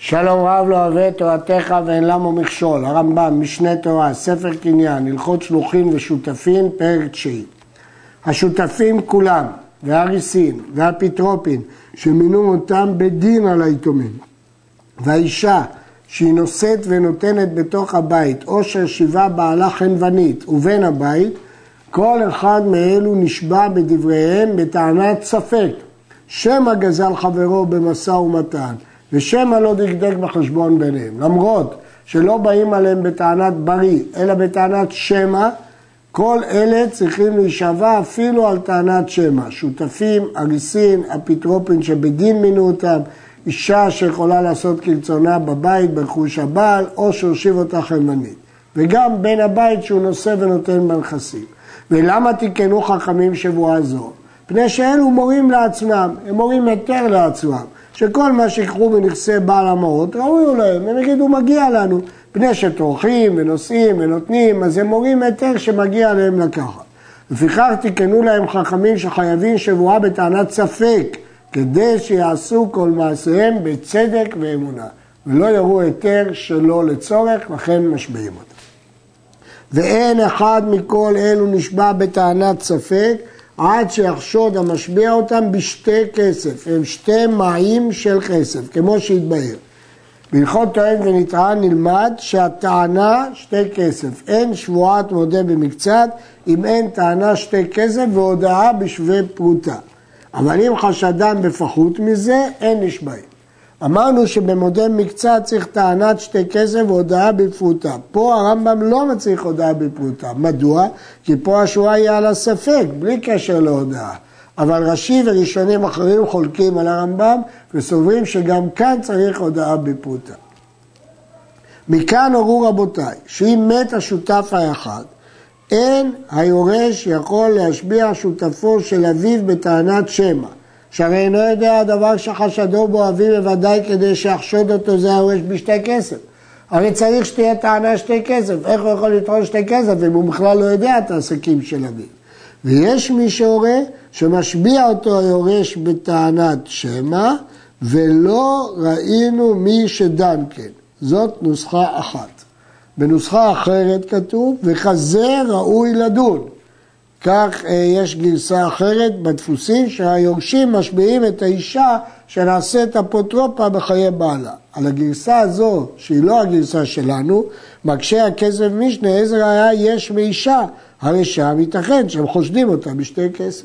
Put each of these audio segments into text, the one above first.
שלום רב לא אוהב את תורתך ואין למו מכשול. הרמב"ם, משנה תורה, ספר קניין, הלכות שלוחים ושותפים, פרק 9. השותפים כולם, והריסים והאפיטרופים, שמינו אותם בדין על היתומים, והאישה שהיא נושאת ונותנת בתוך הבית, או ששיבה בעלה חנוונית ובין הבית, כל אחד מאלו נשבע בדבריהם בטענת ספק, שמא גזל חברו במשא ומתן, ושמא לא דקדק בחשבון ביניהם. למרות שלא באים עליהם בטענת בריא, אלא בטענת שמא, כל אלה צריכים להישבע אפילו על טענת שמא. שותפים, אריסין, אפיטרופין שבדין מינו אותם, אישה שיכולה לעשות כרצונה בבית, ברכוש הבעל, או שהושיב אותה חנוונית. וגם בן הבית שהוא נושא ונותן בנכסים. ולמה תיקנו חכמים שבועה זו? פני שאלו מורים לעצמם, הם מורים יותר לעצמם. שכל מה שיקחו מנכסי בעל המעות ראוי להם, הם יגידו מגיע לנו, פני שטורחים ונושאים ונותנים, אז הם מורים יותר שמגיע להם לקחת. לפיכך תיקנו להם חכמים שחייבים שבועה בטענת ספק, כדי שיעשו כל מעשיהם בצדק ואמונה, ולא יראו יותר שלא לצורך, לכן משביעים אותם. ואין אחד מכל אלו נשבע בטענת ספק, עד שיחשוד המשביע אותם בשתי כסף, הם שתי מעיים של כסף, כמו שהתבהר. בהלכות טוען ונטען נלמד שהטענה שתי כסף, אין שבועת מודה במקצת, אם אין טענה שתי כסף והודעה בשווה פרוטה. אבל אם חשדם בפחות מזה, אין נשבעים. אמרנו שבמודה מקצת צריך טענת שתי כסף והודעה בפרוטה. פה הרמב"ם לא מצריך הודעה בפרוטה. מדוע? כי פה השורה היא על הספק, בלי קשר להודעה. אבל רש"י וראשונים אחרים חולקים על הרמב"ם וסוברים שגם כאן צריך הודעה בפרוטה. מכאן הורו רבותיי, שאם מת השותף האחד, אין היורש יכול להשביע שותפו של אביו בטענת שמא. שהרי אינו יודע הדבר שחשדו בו אביו בוודאי כדי שיחשוד אותו זה היורש בשתי כסף. הרי צריך שתהיה טענה שתי כסף. איך הוא יכול לטעון שתי כסף אם הוא בכלל לא יודע את העסקים של אביו? ויש מי שהורה שמשביע אותו היורש בטענת שמא, ולא ראינו מי שדן כן. זאת נוסחה אחת. בנוסחה אחרת כתוב, וכזה ראוי לדון. כך יש גרסה אחרת בדפוסים שהיורשים משביעים את האישה שנעשית אפוטרופה בחיי בעלה. על הגרסה הזו, שהיא לא הגרסה שלנו, מקשה הכסף משנה, איזה ראיה יש מאישה, הרי שם ייתכן שהם חושדים אותה בשתי כסף.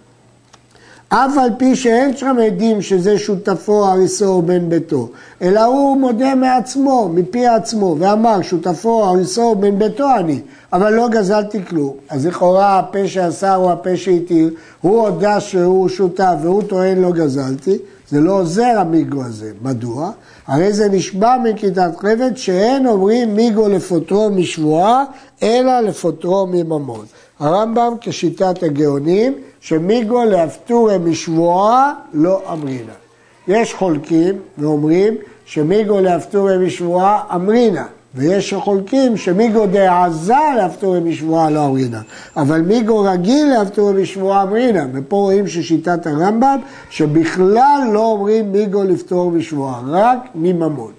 אף על פי שאין שם עדים שזה שותפו אריסו או בן ביתו, אלא הוא מודה מעצמו, מפי עצמו, ואמר שותפו אריסו או בן ביתו אני, אבל לא גזלתי כלום. אז לכאורה הפה שעשה או הפה שהתיר, הוא הודה שהוא שותף והוא טוען לא גזלתי, זה לא עוזר המיגו הזה. מדוע? הרי זה נשבע מכיתת חפץ שאין אומרים מיגו לפוטרו משבועה, אלא לפוטרו מממון. הרמב"ם כשיטת הגאונים, שמיגו להפטורה משבועה לא אמרינה. יש חולקים ואומרים שמיגו להפטורה משבועה אמרינה, ויש חולקים שמיגו דעזה להפטורה משבועה לא אמרינה, אבל מיגו רגיל להפטורה משבועה אמרינה, ופה רואים ששיטת הרמב"ם שבכלל לא אומרים מיגו לפטור משבועה, רק מממון.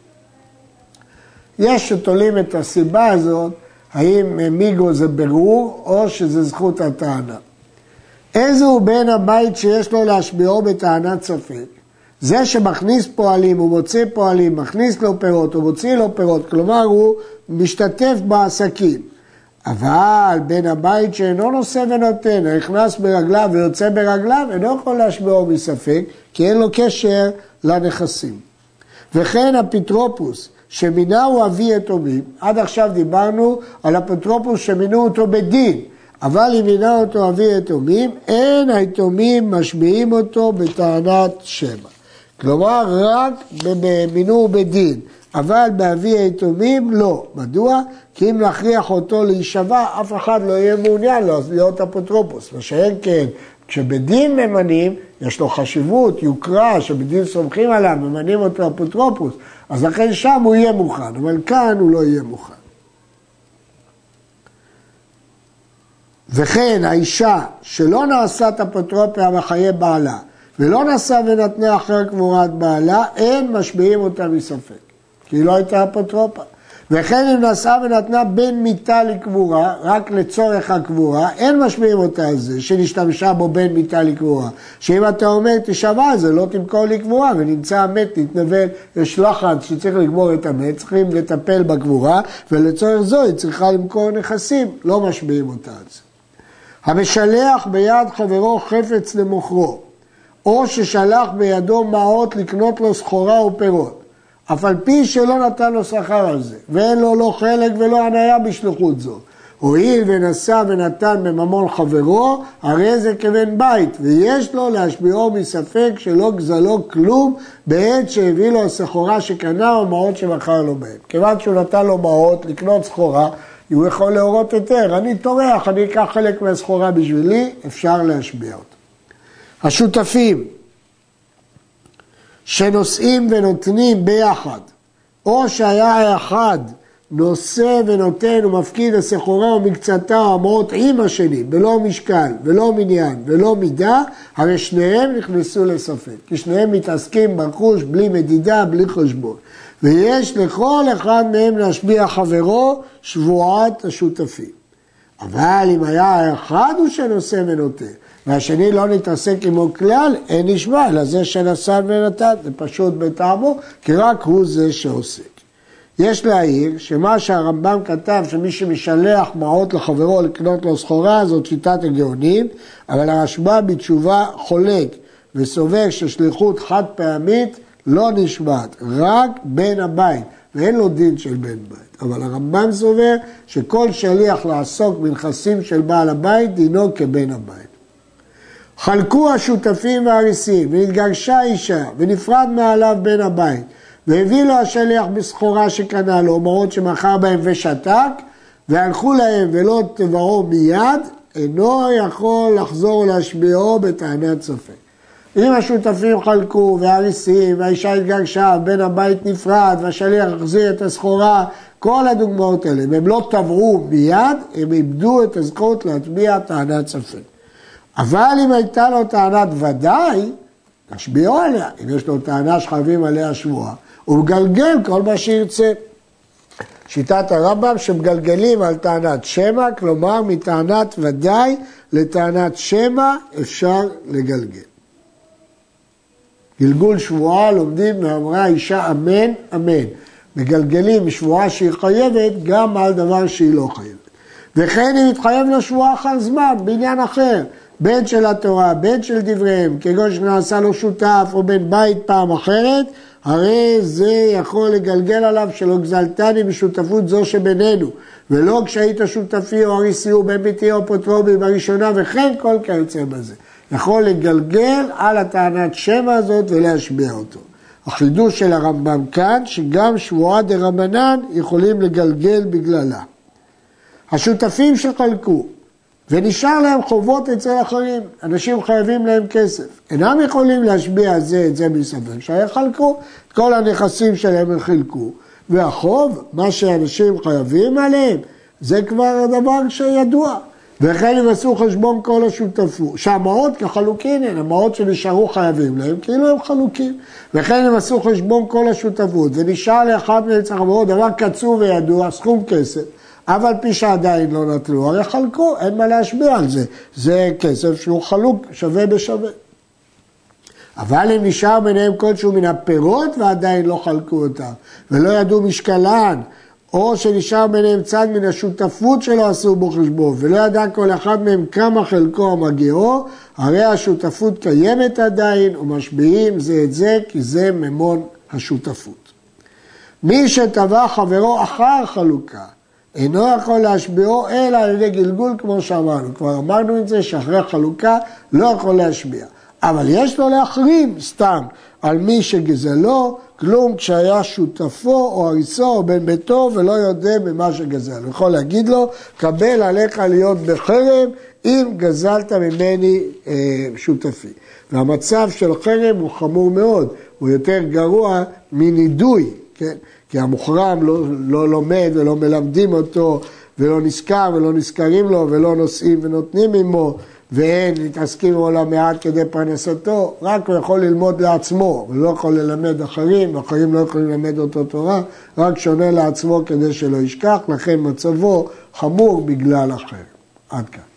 יש שתולים את הסיבה הזאת, האם מיגו זה ברור או שזה זכות הטענה. איזה הוא בן הבית שיש לו להשביעו בטענת ספק? זה שמכניס פועלים, הוא מוציא פועלים, מכניס לו פירות, הוא מוציא לו פירות, כלומר הוא משתתף בעסקים. אבל בן הבית שאינו נושא ונותן, נכנס ברגליו ויוצא ברגליו, אינו יכול להשביעו מספק, כי אין לו קשר לנכסים. וכן אפיטרופוס, שמינה הוא אבי יתומים, עד עכשיו דיברנו על אפוטרופוס שמינו אותו בדין, אבל אם מינה אותו אבי יתומים, אין היתומים משביעים אותו בטענת שמא. כלומר, רק מינו בדין, אבל באבי היתומים לא. מדוע? כי אם להכריח אותו להישבע, אף אחד לא יהיה מעוניין להיות אפוטרופוס. מה שאין כן, כשבדין ממנים, יש לו חשיבות, יוקרה, שבדין סומכים עליו, ממנים אותו אפוטרופוס, אז לכן שם הוא יהיה מוכן, אבל כאן הוא לא יהיה מוכן. וכן האישה שלא נעשת אפוטרופיה בחיי בעלה ולא נשא ונתנה אחר קבורת בעלה, אין משביעים אותה מספק. כי היא לא הייתה אפוטרופה. וכן אם נשאה ונתנה בין מיתה לקבורה, רק לצורך הקבורה, אין משמיעים אותה על זה, שנשתמשה בו בין מיתה לקבורה. שאם אתה אומר תשבע על זה, לא תמכור לקבורה, ונמצא המת, נתנבל, יש לחץ שצריך לגמור את המת, צריכים לטפל בקבורה, ולצורך זו היא צריכה למכור נכסים, לא משמיעים אותה על זה. המשלח ביד חברו חפץ למוכרו, או ששלח בידו מעות לקנות לו סחורה ופירות. אף על פי שלא נתן לו שכר על זה, ואין לו לא חלק ולא עניה בשליחות זו. הואיל ונשא ונתן בממון חברו, הרי זה כבן בית, ויש לו להשביעו מספק שלא גזלו כלום, בעת שהביא לו הסחורה שקנה או מעות שמכר לו בהם. כיוון שהוא נתן לו מעות לקנות סחורה, הוא יכול להורות יותר, אני טורח, אני אקח חלק מהסחורה בשבילי, אפשר להשביע אותו. השותפים שנושאים ונותנים ביחד, או שהיה האחד נושא ונותן ומפקיד הסחורה או מקצתה או המעות עם השני, בלא משקל ולא מניין ולא מידה, הרי שניהם נכנסו לספק, כי שניהם מתעסקים ברכוש בלי מדידה, בלי חשבון. ויש לכל אחד מהם להשביע חברו שבועת השותפים. אבל אם היה האחד הוא שנושא ונותן, והשני לא נתעסק עמו כלל, אין נשמע, אלא זה שנשא ונתן, זה פשוט בטעמו, כי רק הוא זה שעוסק. יש להעיר שמה שהרמב"ם כתב, שמי שמשלח מעות לחברו לקנות לו סחורה, זאת שיטת הגאונים, אבל הרשב"א בתשובה חולק, וסובר ששליחות חד פעמית לא נשמעת, רק בן הבית, ואין לו דין של בן בית. אבל הרמב"ם סובר שכל שליח לעסוק בנכסים של בעל הבית, דינו כבן הבית. חלקו השותפים והריסים, ונתגרשה אישה, ונפרד מעליו בן הבית, והביא לו השליח בסחורה שקנה לו, מעות שמכר בהם ושתק, והלכו להם ולא תבעו מיד, אינו יכול לחזור ולהשביעו בטענת ספק. אם השותפים חלקו והריסים, והאישה התגרשה, בן הבית נפרד, והשליח החזיר את הסחורה, כל הדוגמאות האלה, אם הם לא תבעו מיד, הם איבדו את הזכות להטביע טענת ספק. אבל אם הייתה לו טענת ודאי, תשביעו עליה. אם יש לו טענה שחייבים עליה שבועה, הוא מגלגל כל מה שירצה. שיטת הרמב"ם שמגלגלים על טענת שמא, כלומר מטענת ודאי לטענת שמא אפשר לגלגל. גלגול שבועה לומדים מאמרה אישה אמן, אמן. מגלגלים שבועה שהיא חייבת גם על דבר שהיא לא חייבת. וכן אם מתחייב לו שבועה אחר זמן, בעניין אחר, בין של התורה, בין של דבריהם, כגון שנעשה לו שותף או בן בית פעם אחרת, הרי זה יכול לגלגל עליו שלא גזלתני בשותפות זו שבינינו, ולא כשהיית שותפי או הריסי או בן ביתי או פוטרובי בראשונה, וכן כל כיוצא בזה. יכול לגלגל על הטענת שמא הזאת ולהשביע אותו. החידוש של הרמב"ם כאן, שגם שבועה דרבנן יכולים לגלגל בגללה. השותפים שחלקו, ונשאר להם חובות אצל אחרים, אנשים חייבים להם כסף, אינם יכולים להשביע את זה מספק, שיחלקו, את כל הנכסים שלהם הם חילקו, והחוב, מה שאנשים חייבים עליהם, זה כבר דבר שידוע, וכן הם עשו חשבון כל השותפות, שהמעות כחלוקין הן, המעות שנשארו חייבים להם, כאילו הם חלוקים, וכן הם עשו חשבון כל השותפות, ונשאר לאחד מאצל המעות, דבר קצור וידוע, סכום כסף, אבל פי שעדיין לא נטלו, הרי חלקו, אין מה להשביע על זה. זה כסף שהוא חלוק, שווה בשווה. אבל אם נשאר ביניהם כלשהו מן הפירות ועדיין לא חלקו אותם, ולא ידעו משקלן, או שנשאר ביניהם צד מן השותפות שלא עשו בו חשבון, ולא ידע כל אחד מהם כמה חלקו או מגיעו, הרי השותפות קיימת עדיין, ומשביעים זה את זה, כי זה ממון השותפות. מי שטבע חברו אחר חלוקה, אינו יכול להשביעו אלא על ידי גלגול כמו שאמרנו. כבר אמרנו את זה שאחרי חלוקה לא יכול להשביע. אבל יש לו להחרים סתם על מי שגזלו, כלום כשהיה שותפו או הריסו או בן ביתו ולא יודע במה שגזל. הוא יכול להגיד לו, קבל עליך להיות בחרם אם גזלת ממני שותפי. והמצב של חרם הוא חמור מאוד, הוא יותר גרוע מנידוי, כן? כי המוחרם לא לומד ולא מלמדים אותו, ולא נזכר ולא נזכרים לו, ולא נושאים ונותנים עמו, ואין מתעסקים בעולם מעט כדי פרנסתו, רק הוא יכול ללמוד לעצמו, הוא לא יכול ללמד אחרים, ואחרים לא יכולים ללמד אותו תורה, רק שונה לעצמו כדי שלא ישכח, לכן מצבו חמור בגלל אחר. עד כאן.